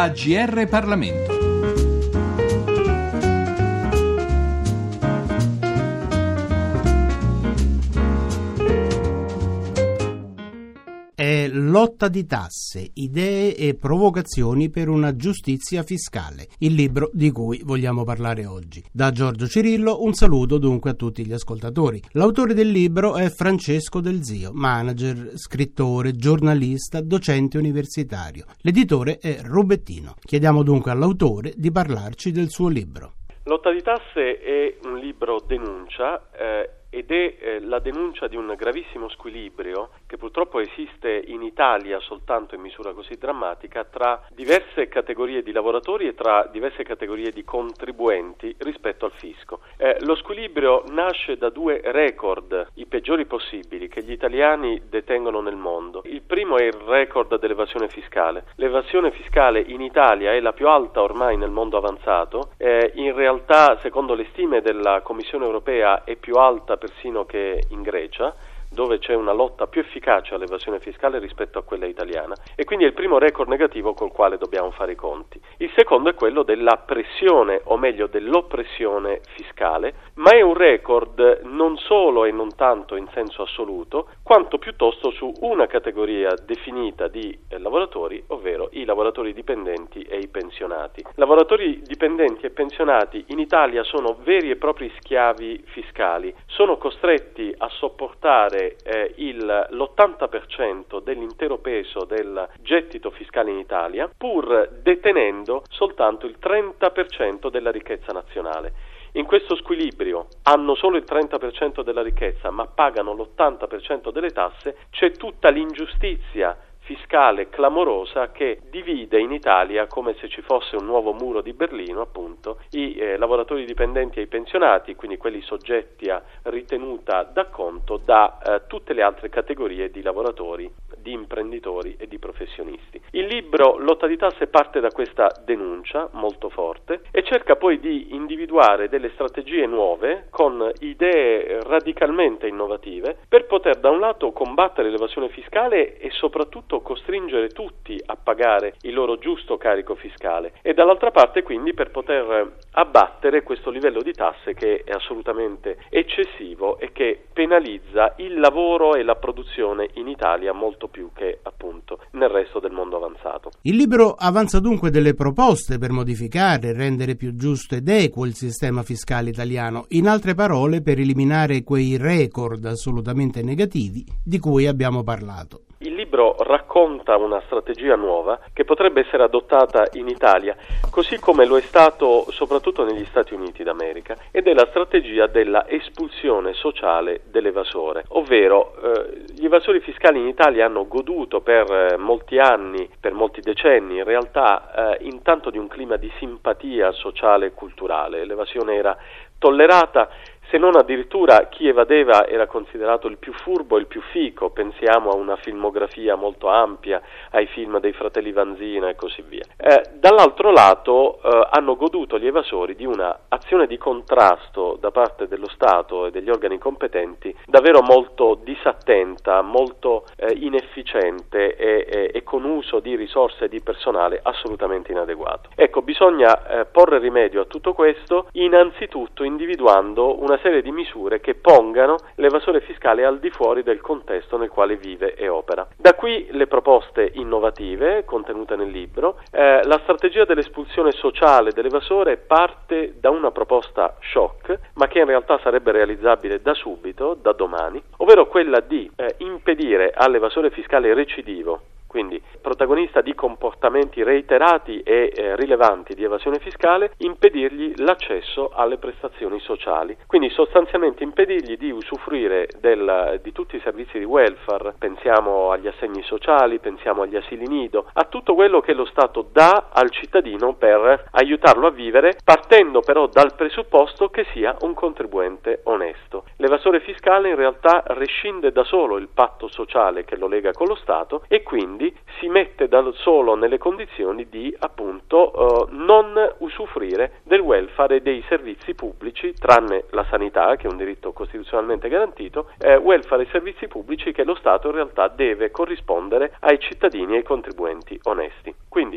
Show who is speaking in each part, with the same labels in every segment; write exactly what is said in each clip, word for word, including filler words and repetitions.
Speaker 1: A G R Parlamento.
Speaker 2: È Lotta di tasse, idee e provocazioni per una giustizia fiscale, il libro di cui vogliamo parlare oggi. Da Giorgio Cirillo un saluto dunque a tutti gli ascoltatori. L'autore del libro è Francesco Del Zio, manager, scrittore, giornalista, docente universitario. L'editore è Rubettino. Chiediamo dunque all'autore di parlarci del suo libro.
Speaker 3: Lotta di tasse è un libro denuncia eh, ed è eh, la denuncia di un gravissimo squilibrio che purtroppo esiste in Italia soltanto in misura così drammatica tra diverse categorie di lavoratori e tra diverse categorie di contribuenti rispetto al fisco. Eh, lo squilibrio nasce da due record, i peggiori possibili, che gli italiani detengono nel mondo. Il primo è il record dell'evasione fiscale. L'evasione fiscale in Italia è la più alta ormai nel mondo avanzato, eh, in realtà secondo le stime della Commissione europea è più alta persino che in Grecia, dove c'è una lotta più efficace all'evasione fiscale rispetto a quella italiana, e quindi è il primo record negativo col quale dobbiamo fare i conti. Il secondo è quello della pressione, o meglio dell'oppressione fiscale, ma è un record non solo e non tanto in senso assoluto, quanto piuttosto su una categoria definita di eh, lavoratori, ovvero i lavoratori dipendenti e i pensionati. Lavoratori dipendenti e pensionati in Italia sono veri e propri schiavi fiscali, sono costretti a sopportare Eh, il, l'ottanta per cento dell'intero peso del gettito fiscale in Italia, pur detenendo soltanto il trenta per cento della ricchezza nazionale. In questo squilibrio hanno solo il trenta per cento della ricchezza ma pagano l'ottanta per cento delle tasse, c'è tutta l'ingiustizia fiscale clamorosa che divide in Italia, come se ci fosse un nuovo muro di Berlino, appunto, i eh, lavoratori dipendenti e i pensionati, quindi quelli soggetti a ritenuta d'acconto, da eh, tutte le altre categorie di lavoratori, di imprenditori e di professionisti. Il libro Lotta di tasse parte da questa denuncia molto forte e cerca poi di individuare delle strategie nuove con idee radicalmente innovative per poter da un lato combattere l'evasione fiscale e soprattutto costringere tutti a pagare il loro giusto carico fiscale e dall'altra parte quindi per poter abbattere questo livello di tasse che è assolutamente eccessivo e che penalizza il lavoro e la produzione in Italia molto più che appunto nel resto del mondo avanzato.
Speaker 2: Il libro avanza dunque delle proposte per modificare e rendere più giusto ed equo il sistema fiscale italiano, in altre parole per eliminare quei record assolutamente negativi di cui abbiamo parlato.
Speaker 3: Il libro racconta una strategia nuova che potrebbe essere adottata in Italia, così come lo è stato soprattutto negli Stati Uniti d'America, ed è la strategia della espulsione sociale dell'evasore, ovvero eh, gli evasori fiscali in Italia hanno goduto per eh, molti anni, per molti decenni, in realtà eh, intanto di un clima di simpatia sociale e culturale. L'evasione era tollerata, se non addirittura chi evadeva era considerato il più furbo, il più fico. Pensiamo a una filmografia molto ampia, ai film dei fratelli Vanzina e così via. Eh, dall'altro lato eh, hanno goduto gli evasori di una azione di contrasto da parte dello Stato e degli organi competenti davvero molto disattenta, molto eh, inefficiente e, e, e con uso di risorse e di personale assolutamente inadeguato. Ecco, bisogna eh, porre rimedio a tutto questo innanzitutto individuando una serie di misure che pongano l'evasore fiscale al di fuori del contesto nel quale vive e opera. Da qui le proposte innovative contenute nel libro. Eh, la strategia dell'espulsione sociale dell'evasore parte da una proposta shock, ma che in realtà sarebbe realizzabile da subito, da domani, ovvero quella di eh, impedire all'evasore fiscale recidivo, quindi protagonista di comportamenti reiterati e eh, rilevanti di evasione fiscale, impedirgli l'accesso alle prestazioni sociali. Quindi sostanzialmente impedirgli di usufruire del, di tutti i servizi di welfare, pensiamo agli assegni sociali, pensiamo agli asili nido, a tutto quello che lo Stato dà al cittadino per aiutarlo a vivere, partendo però dal presupposto che sia un contribuente onesto. L'evasore fiscale in realtà rescinde da solo il patto sociale che lo lega con lo Stato e quindi si mette da solo nelle condizioni di appunto eh, non usufruire del welfare e dei servizi pubblici, tranne la sanità che è un diritto costituzionalmente garantito, eh, welfare e servizi pubblici che lo Stato in realtà deve corrispondere ai cittadini e ai contribuenti onesti. Quindi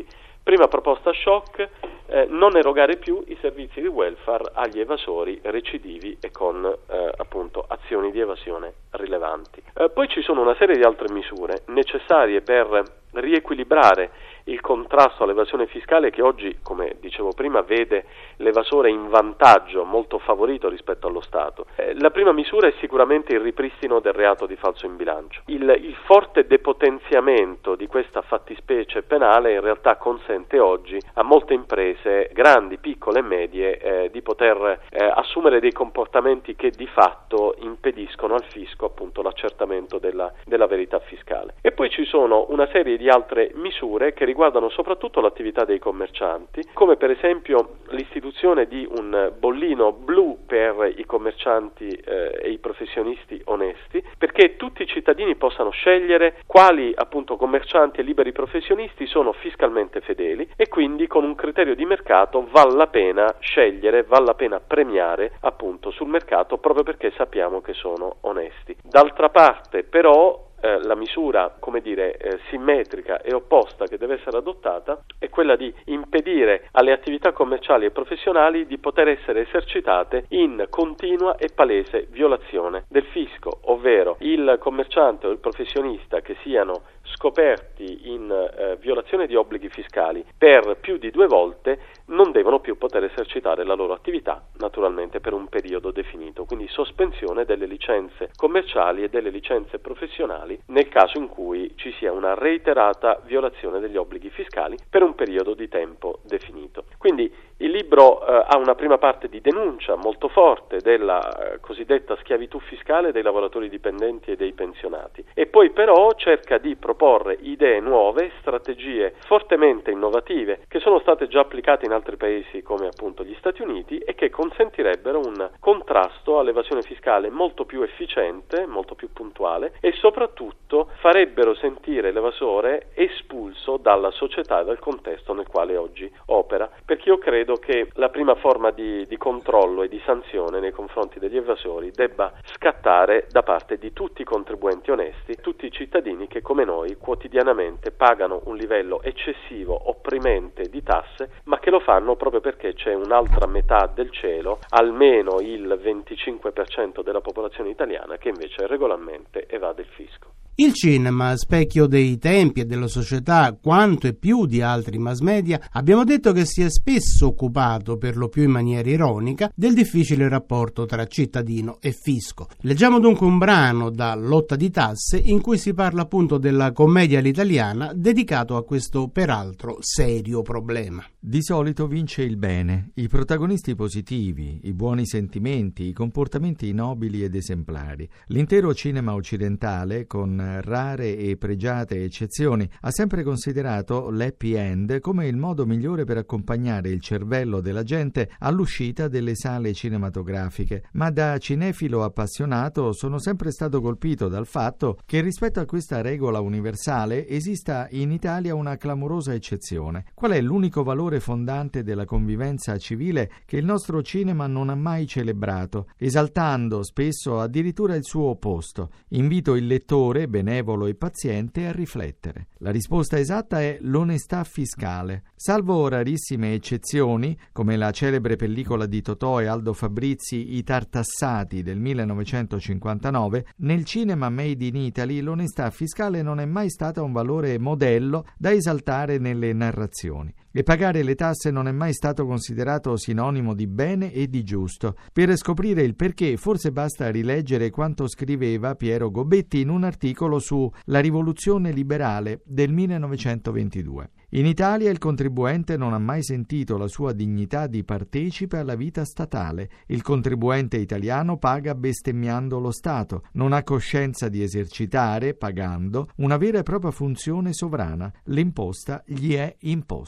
Speaker 3: Prima proposta shock, eh, non erogare più i servizi di welfare agli evasori recidivi e con eh, appunto azioni di evasione rilevanti. Eh, poi ci sono una serie di altre misure necessarie per riequilibrare il contrasto all'evasione fiscale che oggi, come dicevo prima, vede l'evasore in vantaggio, molto favorito rispetto allo Stato. Eh, la prima misura è sicuramente il ripristino del reato di falso in bilancio. Il, il forte depotenziamento di questa fattispecie penale in realtà consente oggi a molte imprese, grandi, piccole e medie, eh, di poter eh, assumere dei comportamenti che di fatto impediscono al fisco appunto l'accertamento della, della verità fiscale. E poi ci sono una serie di altre misure che riguardano soprattutto l'attività dei commercianti, come per esempio l'istituzione di un bollino blu per i commercianti eh, e i professionisti onesti, perché tutti i cittadini possano scegliere quali appunto commercianti e liberi professionisti sono fiscalmente fedeli e quindi con un criterio di mercato vale la pena scegliere, vale la pena premiare appunto sul mercato proprio perché sappiamo che sono onesti. D'altra parte però Eh, la misura, come dire, eh, simmetrica e opposta che deve essere adottata è quella di impedire alle attività commerciali e professionali di poter essere esercitate in continua e palese violazione del fisco, ovvero il commerciante o il professionista che siano scoperti in eh, violazione di obblighi fiscali per più di due volte non devono più poter esercitare la loro attività, naturalmente per un periodo definito, quindi sospensione delle licenze commerciali e delle licenze professionali nel caso in cui ci sia una reiterata violazione degli obblighi fiscali per un periodo di tempo definito. Quindi il libro eh, ha una prima parte di denuncia molto forte della eh, cosiddetta schiavitù fiscale dei lavoratori dipendenti e dei pensionati e poi però cerca di proporre idee nuove, strategie fortemente innovative che sono state già applicate in altri paesi come appunto gli Stati Uniti e che consentirebbero un contrasto all'evasione fiscale molto più efficiente, molto più puntuale e soprattutto farebbero sentire l'evasore espulso dalla società e dal contesto nel quale oggi opera, perché io credo che la prima forma di, di controllo e di sanzione nei confronti degli evasori debba scattare da parte di tutti i contribuenti onesti, tutti i cittadini che come noi quotidianamente pagano un livello eccessivo, opprimente di tasse, ma che lo fanno proprio perché c'è un'altra metà del cielo, almeno il venticinque per cento della popolazione italiana, che invece regolarmente evade il fisco.
Speaker 2: Il cinema, specchio dei tempi e della società, quanto e più di altri mass media, abbiamo detto che si è spesso occupato, per lo più in maniera ironica, del difficile rapporto tra cittadino e fisco. Leggiamo dunque un brano da Lotta di tasse in cui si parla appunto della commedia all'italiana dedicato a questo peraltro serio problema.
Speaker 1: Di solito vince il bene, i protagonisti positivi, i buoni sentimenti, i comportamenti nobili ed esemplari. L'intero cinema occidentale, con rare e pregiate eccezioni, ha sempre considerato l'happy end come il modo migliore per accompagnare il cervello della gente all'uscita delle sale cinematografiche, ma da cinefilo appassionato sono sempre stato colpito dal fatto che rispetto a questa regola universale esista in Italia una clamorosa eccezione. Qual è l'unico valore fondante della convivenza civile che il nostro cinema non ha mai celebrato, esaltando spesso addirittura il suo opposto? Invito il lettore, benevolo e paziente, a riflettere. La risposta esatta è l'onestà fiscale. Salvo rarissime eccezioni, come la celebre pellicola di Totò e Aldo Fabrizi I Tartassati del millenovecentocinquantanove, nel cinema made in Italy l'onestà fiscale non è mai stata un valore modello da esaltare nelle narrazioni. E pagare le tasse non è mai stato considerato sinonimo di bene e di giusto. Per scoprire il perché, forse basta rileggere quanto scriveva Piero Gobetti in un articolo su La rivoluzione liberale del millenovecentoventidue. In Italia il contribuente non ha mai sentito la sua dignità di partecipe alla vita statale. Il contribuente italiano paga bestemmiando lo Stato, non ha coscienza di esercitare, pagando, una vera e propria funzione sovrana. L'imposta gli è imposta.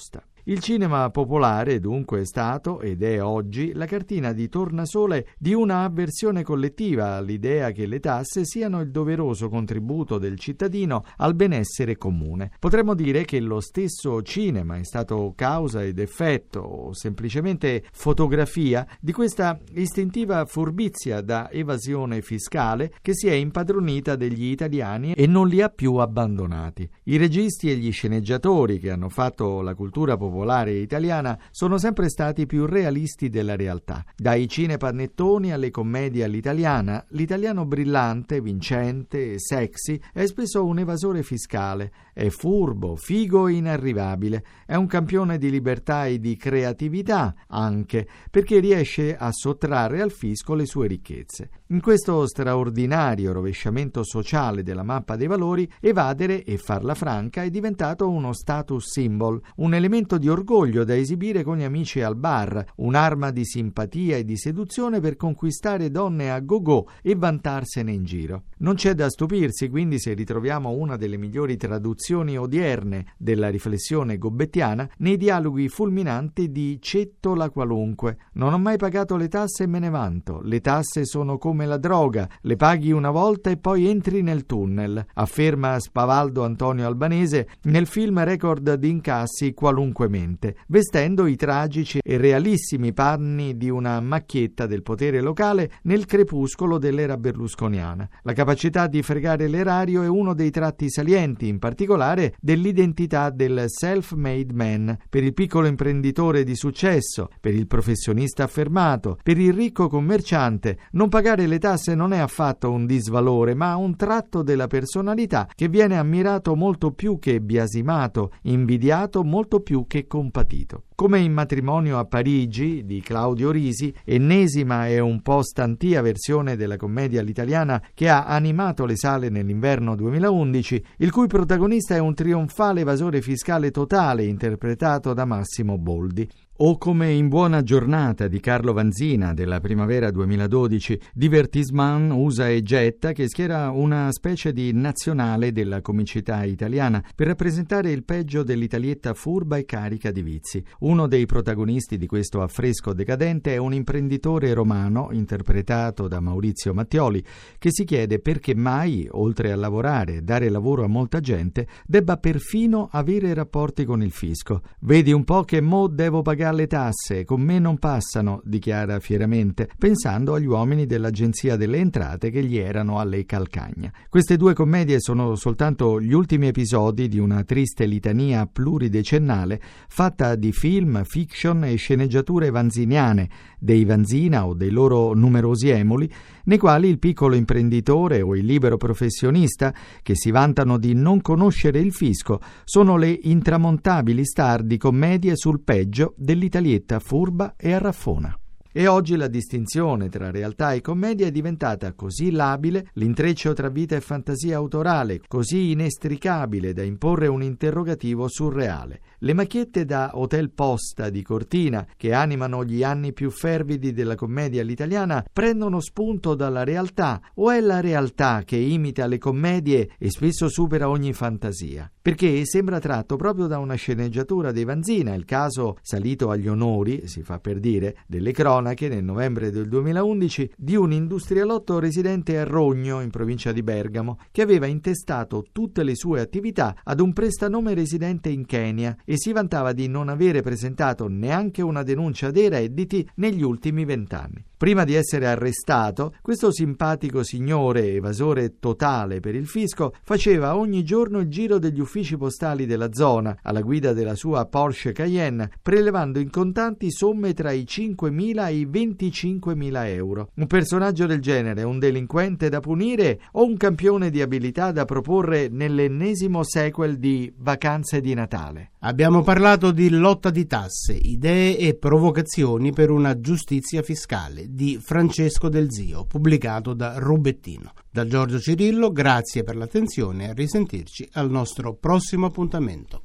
Speaker 1: Il cinema popolare dunque è stato ed è oggi la cartina di tornasole di una avversione collettiva all'idea che le tasse siano il doveroso contributo del cittadino al benessere comune. Potremmo dire che lo stesso cinema è stato causa ed effetto o semplicemente fotografia di questa istintiva furbizia da evasione fiscale che si è impadronita degli italiani e non li ha più abbandonati. I registi e gli sceneggiatori che hanno fatto la cultura popolare italiana sono sempre stati più realisti della realtà. Dai cinepanettoni alle commedie all'italiana, l'italiano brillante, vincente e sexy è spesso un evasore fiscale, è furbo, figo e inarrivabile, è un campione di libertà e di creatività anche, perché riesce a sottrarre al fisco le sue ricchezze. In questo straordinario rovesciamento sociale della mappa dei valori, evadere e farla franca è diventato uno status symbol, un elemento di orgoglio da esibire con gli amici al bar, un'arma di simpatia e di seduzione per conquistare donne a go-go e vantarsene in giro. Non c'è da stupirsi quindi se ritroviamo una delle migliori traduzioni odierne della riflessione gobbettiana nei dialoghi fulminanti di Cetto la qualunque. Non ho mai pagato le tasse e me ne vanto. Le tasse sono come la droga, le paghi una volta e poi entri nel tunnel, afferma Spavaldo Antonio Albanese nel film record di incassi Qualunquemente, vestendo i tragici e realissimi panni di una macchietta del potere locale nel crepuscolo dell'era berlusconiana. La capacità di fregare l'erario è uno dei tratti salienti, in particolare dell'identità del self-made man, per il piccolo imprenditore di successo, per il professionista affermato, per il ricco commerciante. Non pagare le tasse non è affatto un disvalore, ma un tratto della personalità che viene ammirato molto più che biasimato, invidiato molto più che compatito. Come in Matrimonio a Parigi di Claudio Risi, ennesima e un po' stantia versione della commedia all'italiana che ha animato le sale nell'inverno duemilaundici, il cui protagonista è un trionfale evasore fiscale totale interpretato da Massimo Boldi. O come in Buona giornata di Carlo Vanzina della primavera duemiladodici, Divertissement usa e getta, che schiera una specie di nazionale della comicità italiana per rappresentare il peggio dell'italietta furba e carica di vizi. Uno dei protagonisti di questo affresco decadente è un imprenditore romano, interpretato da Maurizio Mattioli, che si chiede perché mai, oltre a lavorare e dare lavoro a molta gente, debba perfino avere rapporti con il fisco. Vedi un po' che mo devo pagare le tasse, con me non passano, dichiara fieramente, pensando agli uomini dell'Agenzia delle Entrate che gli erano alle calcagna. Queste due commedie sono soltanto gli ultimi episodi di una triste litania pluridecennale fatta di film, fiction e sceneggiature vanziniane, dei Vanzina o dei loro numerosi emuli, nei quali il piccolo imprenditore o il libero professionista, che si vantano di non conoscere il fisco, sono le intramontabili star di commedie sul peggio dell'italietta furba e arraffona. E oggi la distinzione tra realtà e commedia è diventata così labile, l'intreccio tra vita e fantasia autorale così inestricabile da imporre un interrogativo surreale. Le macchiette da Hotel Posta di Cortina, che animano gli anni più fervidi della commedia all'italiana, prendono spunto dalla realtà, o è la realtà che imita le commedie e spesso supera ogni fantasia? Perché sembra tratto proprio da una sceneggiatura dei Vanzina, il caso salito agli onori, si fa per dire, delle cronache nel novembre del duemilaundici di un industrialotto residente a Rogno, in provincia di Bergamo, che aveva intestato tutte le sue attività ad un prestanome residente in Kenya e si vantava di non avere presentato neanche una denuncia dei redditi negli ultimi vent'anni. Prima di essere arrestato, questo simpatico signore, evasore totale per il fisco, faceva ogni giorno il giro degli uffici postali della zona, alla guida della sua Porsche Cayenne, prelevando in contanti somme tra i cinquemila e i venticinquemila euro. Un personaggio del genere, un delinquente da punire o un campione di abilità da proporre nell'ennesimo sequel di Vacanze di Natale?
Speaker 2: Abbiamo parlato di lotta di tasse, idee e provocazioni per una giustizia fiscale di Francesco Del Zio, pubblicato da Rubettino. Da Giorgio Cirillo, grazie per l'attenzione e a risentirci al nostro prossimo appuntamento.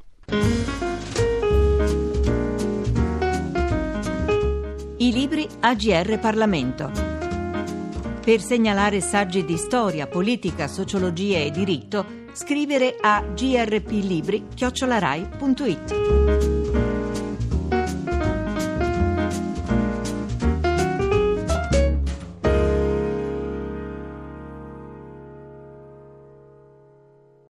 Speaker 4: I libri A G R Parlamento. Per segnalare saggi di storia, politica, sociologia e diritto, scrivere a grplibri chiocciola rai punto it.